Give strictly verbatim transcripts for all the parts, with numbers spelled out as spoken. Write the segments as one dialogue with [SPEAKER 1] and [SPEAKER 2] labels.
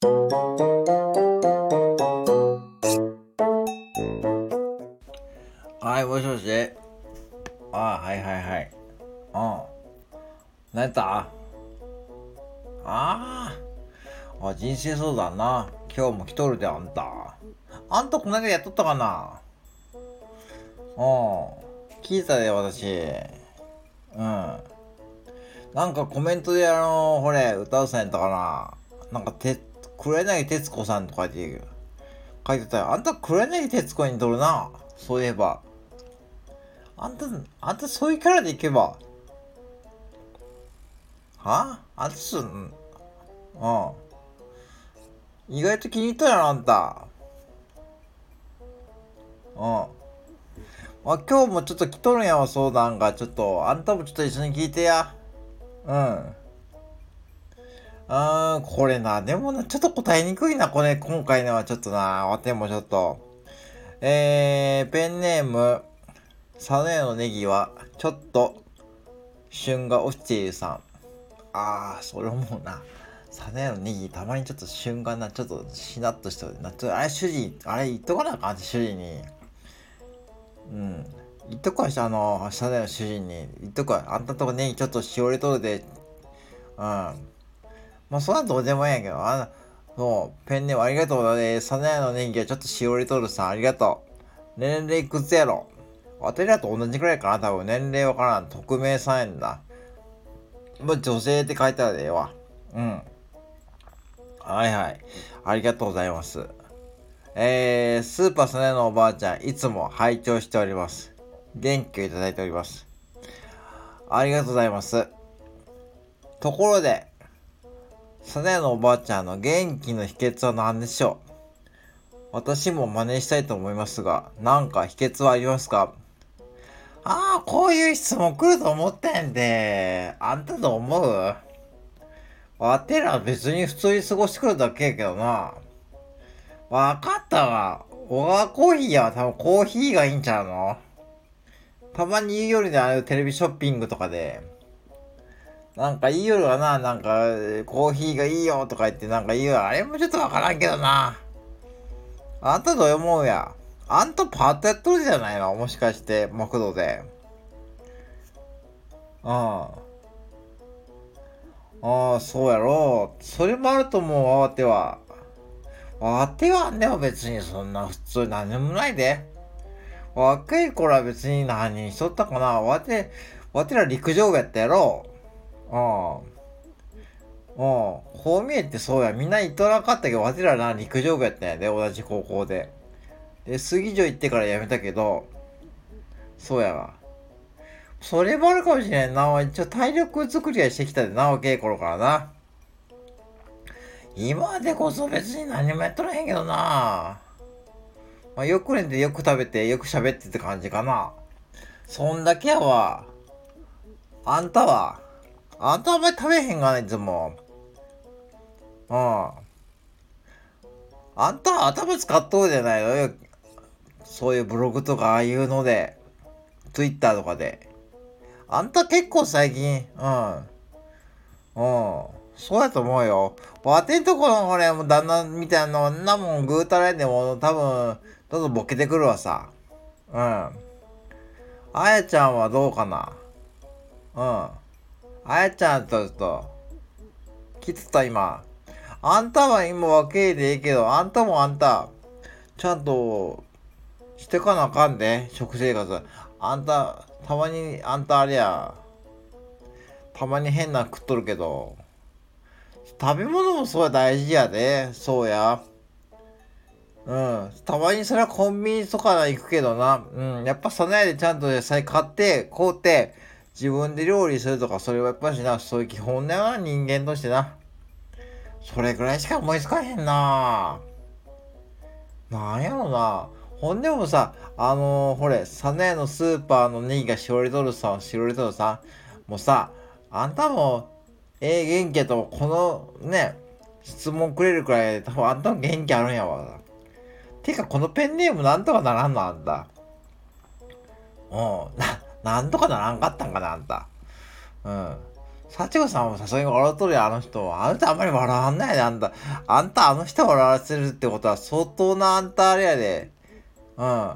[SPEAKER 1] はい、もしもし。ああ、はいはいはい。うん。何やったああーあ、人生相談な。今日も来とるで、あんた。あんたこの間やっとったかな。うん。聞いたで、私。うん。なんかコメントであの、ほれ、歌うさんやったかな。なんか、て、黒柳徹子さんとかって書いてたよ。あんた黒柳徹子にとるな。そういえば。あんた、あんたそういうキャラでいけば。はあんたす、うん。意外と気に入ったやろ、あんた。うん。あ、今日もちょっと来とるんやわ、相談が。ちょっと、あんたもちょっと一緒に聞いてや。うん。あー、これな、でもな、ちょっと答えにくいな、これ、今回のはちょっとな、わてもちょっと。えー、ペンネーム、サネのネギは、ちょっと、旬が落ちているさん。あー、それ思うな。サネのネギ、たまにちょっと旬がな、ちょっとしなっとしてるな。ちょっと、あれ、主人、あれ言っとかなあかんって、主人に。うん。言っとくわし、あの、サネの主人に。言っとくわ。あんたとこネギちょっとしおれとるで。うん。まあ、そんなんどうでもいいんやけど、あそう、ペンネームありがとうだね。サナヤのネギはちょっとしおれとるさん、ありがとう。年齢いくつやろ。わたりらと同じくらいかな、多分。年齢わからん。匿名さんやんだ。もう女性って書いてあるでええわ。うん。はいはい。ありがとうございます。えー、スーパーサナヤのおばあちゃん、いつも拝聴しております。元気をいただいております。ありがとうございます。ところで、サナヤのおばあちゃんの元気の秘訣は何でしょう。私も真似したいと思いますが、なんか秘訣はありますか。ああ、こういう質問来ると思ってんで、あんたと思う。わてら別に普通に過ごしてくるだけやけどな。わかったわ。小川コーヒーや多分コーヒーがいいんちゃうの。たまに言うよりでああいうテレビショッピングとかで、なんか言いよるわな、なんか、コーヒーがいいよとか言ってなんか言うよ。あれもちょっとわからんけどな。あんたどう思うや。あんたパートやっとるじゃないのもしかして、マクドで。うん。ああ、そうやろ。それもあると思うわ、わては。わてはね、別にそんな普通何でもないで。若い頃は別に何しとったかな。わて、わてら陸上部やったやろ。うん。うん。こう見えてそうや。みんな言っとらなかったけど、わてらな、陸上部やったんやで、同じ高校で。で、杉城行ってから辞めたけど、そうやわ。それもあるかもしれんな。一応体力作りはしてきたでな、若い頃からな。今でこそ別に何もやっとらへんけどな。まあ、よく寝てよく食べてよく喋ってって感じかな。そんだけやわ。あんたはあんたあんまり食べへんがな、いつも。うん。あんたは頭使っとるじゃないのよ。そういうブログとかああいうので。ツイッターとかで。あんた結構最近、うん。うん。そうやと思うよ。ワテんとこの俺、もう旦那みたいなの、んなもんぐうたらいでも多分、どんどんボケてくるわさ。うん。あやちゃんはどうかな。うん。あやちゃんとちょっと、きつた今。あんたは今若いでいいけど、あんたもあんた、ちゃんと、してかなあかんで、食生活。あんた、たまに、あんたあれや、たまに変な食っとるけど、食べ物もそうや大事やで、そうや。うん。たまにそれはコンビニとか行くけどな。うん。やっぱそのやでちゃんと野菜買って、買うて、自分で料理するとか、それはやっぱしな、そういう基本だよな、人間としてな。それぐらいしか思いつかへんな。なんやろな。ほんでもさ、あのー、ほれ、サネのスーパーのネギがしおりとるさ、しおりとるさ、もうさ、あんたも、ええ元気やと、このね、質問くれるくらい、多分あんたも元気あるんやわ。てか、このペンネームなんとかならんのあんた。うん。な、なんとかならんかったんかなあんた。うん。 幸子さんもさすがに笑うとるやん、あの人。あんたあんまり笑わんないで、あんた。あんたあの人笑わせるってことは相当なあんたあれやで。うん。あ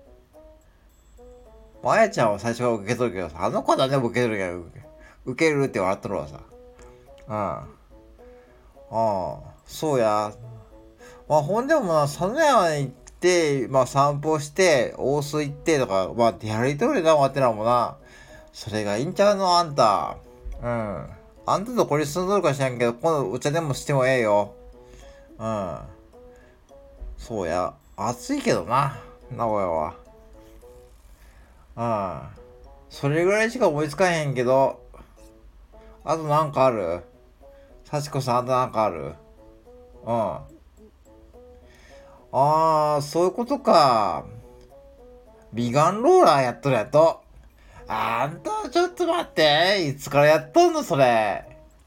[SPEAKER 1] やちゃんは最初は受け取るけどさ、あの子は何でも受け取るけど、受けるって笑っとるわさ。うん。ああ、そうや。まあ、ほんでもな、佐野山に行って、まあ、散歩して、大須行ってとか、まあ、出歩いとるな、わてらもな。それがいいんちゃうの、あんた。うん。あんたとこれ住んどるか知らんけど、今度お茶でもしてもええよ。うん。そうや。暑いけどな、名古屋は。うん。それぐらいしか思いつかへんけど、あとなんかある？幸子さん、あとなんかある？うん。あー、そういうことか。美顔ローラーやっとるやと。あんた、ちょっと待って。いつからやっとんの、それ。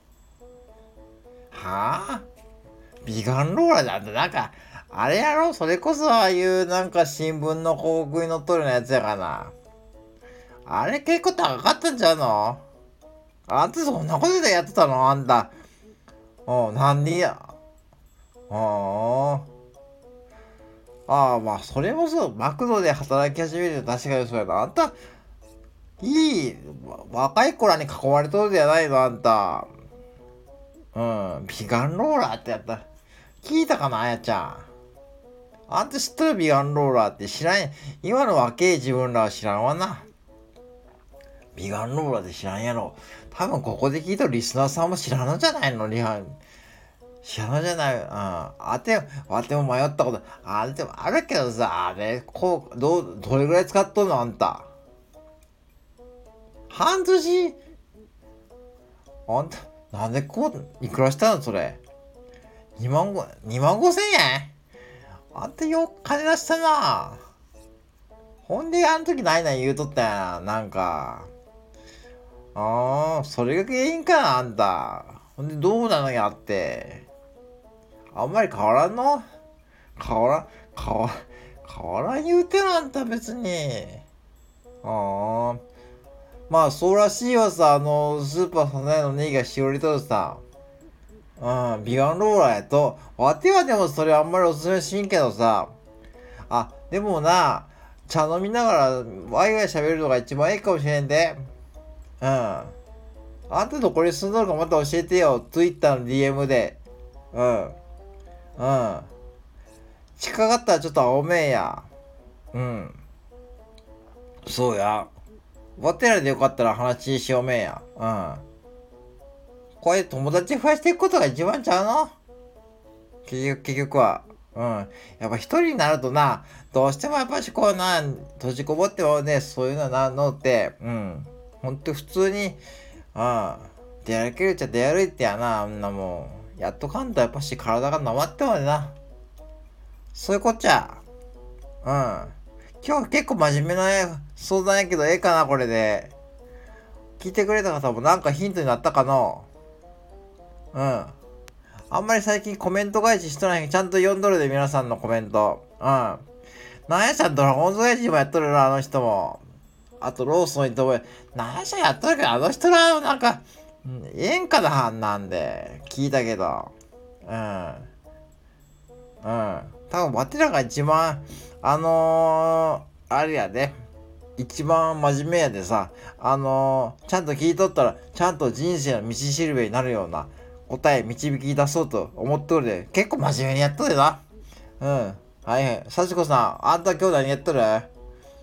[SPEAKER 1] はぁ、美顔ローラーなんて、なんか、あれやろ、それこそああいうなんか新聞の広告に載っとるようなやつやかな。あれ結構高かったんちゃうの？あんたそんなことでやってたの、あんた。うん、なんでや。ああ。ああ、まあ、それもそう。マクドで働き始めて確かにそうやな。あんた、いい、若い子らに囲われとるじゃないの、あんた。うん、美顔ローラーってやった。聞いたかな、あやちゃん。あんた知ってる美顔ローラーって知らん。今の若い自分らは知らんわな。美顔ローラーで知らんやろ。多分ここで聞いたリスナーさんも知らんのじゃないの、リハン。知らんのじゃない。うん。あて、あても迷ったこと、あれでもあるけどさ、あれ、こう、どう、どれぐらい使っとんの、あんた。半年？あんた、なんでこう、いくらしたの、それ。にまんご、にまんごせんえん？あんたよく金出したな。ほんで、あの時ないない言うとったやん。なんか。ああ、それが原因かな、あんた。ほんで、どうなのやって。あんまり変わらんの？変わらん、変わ、変わらん言うてるあんた別に。ああ。まあ、そうらしいわさ、あの、スーパーサナエのネギがしおりとるさ。うん、ビガンローラーやと。わてはでもそれあんまりおすすめしんけどさ。あ、でもな、茶飲みながらワイワイ喋るのが一番いいかもしれんで。うん。あんたとこれ進んどるかまた教えてよ。Twitter の ディーエム で。うん。うん。近かったらちょっと青めんや。うん。そうや。わてらでよかったら話しようめんや。うん。こういう友達増やしていくことが一番ちゃうの？結局、結局は。うん。やっぱ一人になるとな、どうしてもやっぱしこうな、閉じこもってもね、そういうのなのって、うん。ほんと普通に、うん。出歩けるっちゃ出歩いてやな、あんなもん。やっとかんとやっぱし体がなまってまでな。そういうこっちゃ。うん。今日結構真面目な相談やけど、ええかな、これで。聞いてくれた方もなんかヒントになったかな？うん。あんまり最近コメント返ししとないけど、ちゃんと読んどるで、皆さんのコメント。うん。なんやちゃんドラゴンズエイジもやっとるな、あの人も。あと、ローソンにとも、なんやちゃんやっとるけど、あの人ら、なんか、うん、ええんかな、はんなんで。聞いたけど。うん。うん。多分、わてらが一番、あのー、あれやで。一番真面目やでさ、あのー、ちゃんと聞いとったら、ちゃんと人生の道しるべになるような答え導き出そうと思っとるで、結構真面目にやっとるでな。うん。はいはい。幸子さん、あんた今日何やっとる？うん。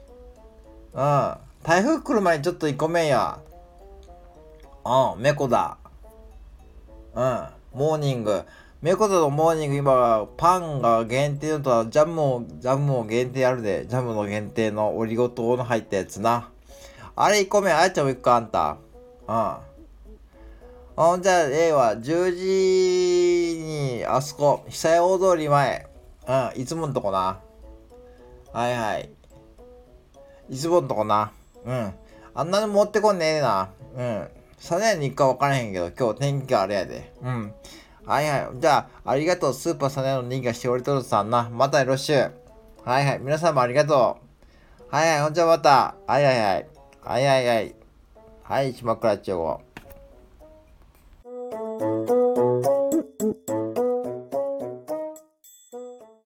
[SPEAKER 1] 台風来る前にちょっと一個目や。うん、メコだ。うん。モーニング。メコダのモーニング今、パンが限定のとは、ジャムも、ジャムも限定あるで。ジャムの限定のオリゴ糖の入ったやつな。あれいっこめ、あやちゃんもいくか、あんた。うん。ほんじゃあ、ええわ。じゅうじに、あそこ、久屋大通り前。うん、いつもんとこな。はいはい。いつもんとこな。うん。あんなの持ってこんねえな。うん。さねに行くか分からへんけど、今日天気があれやで。うん。はいはい。じゃあ、ありがとう。スーパーサネの人がしおりとるさんな。またよろしゅう。はいはい。皆さんもありがとう。はいはい。ほんじゃまた。はいはいはい。はいはいはい。はい、島倉千代子。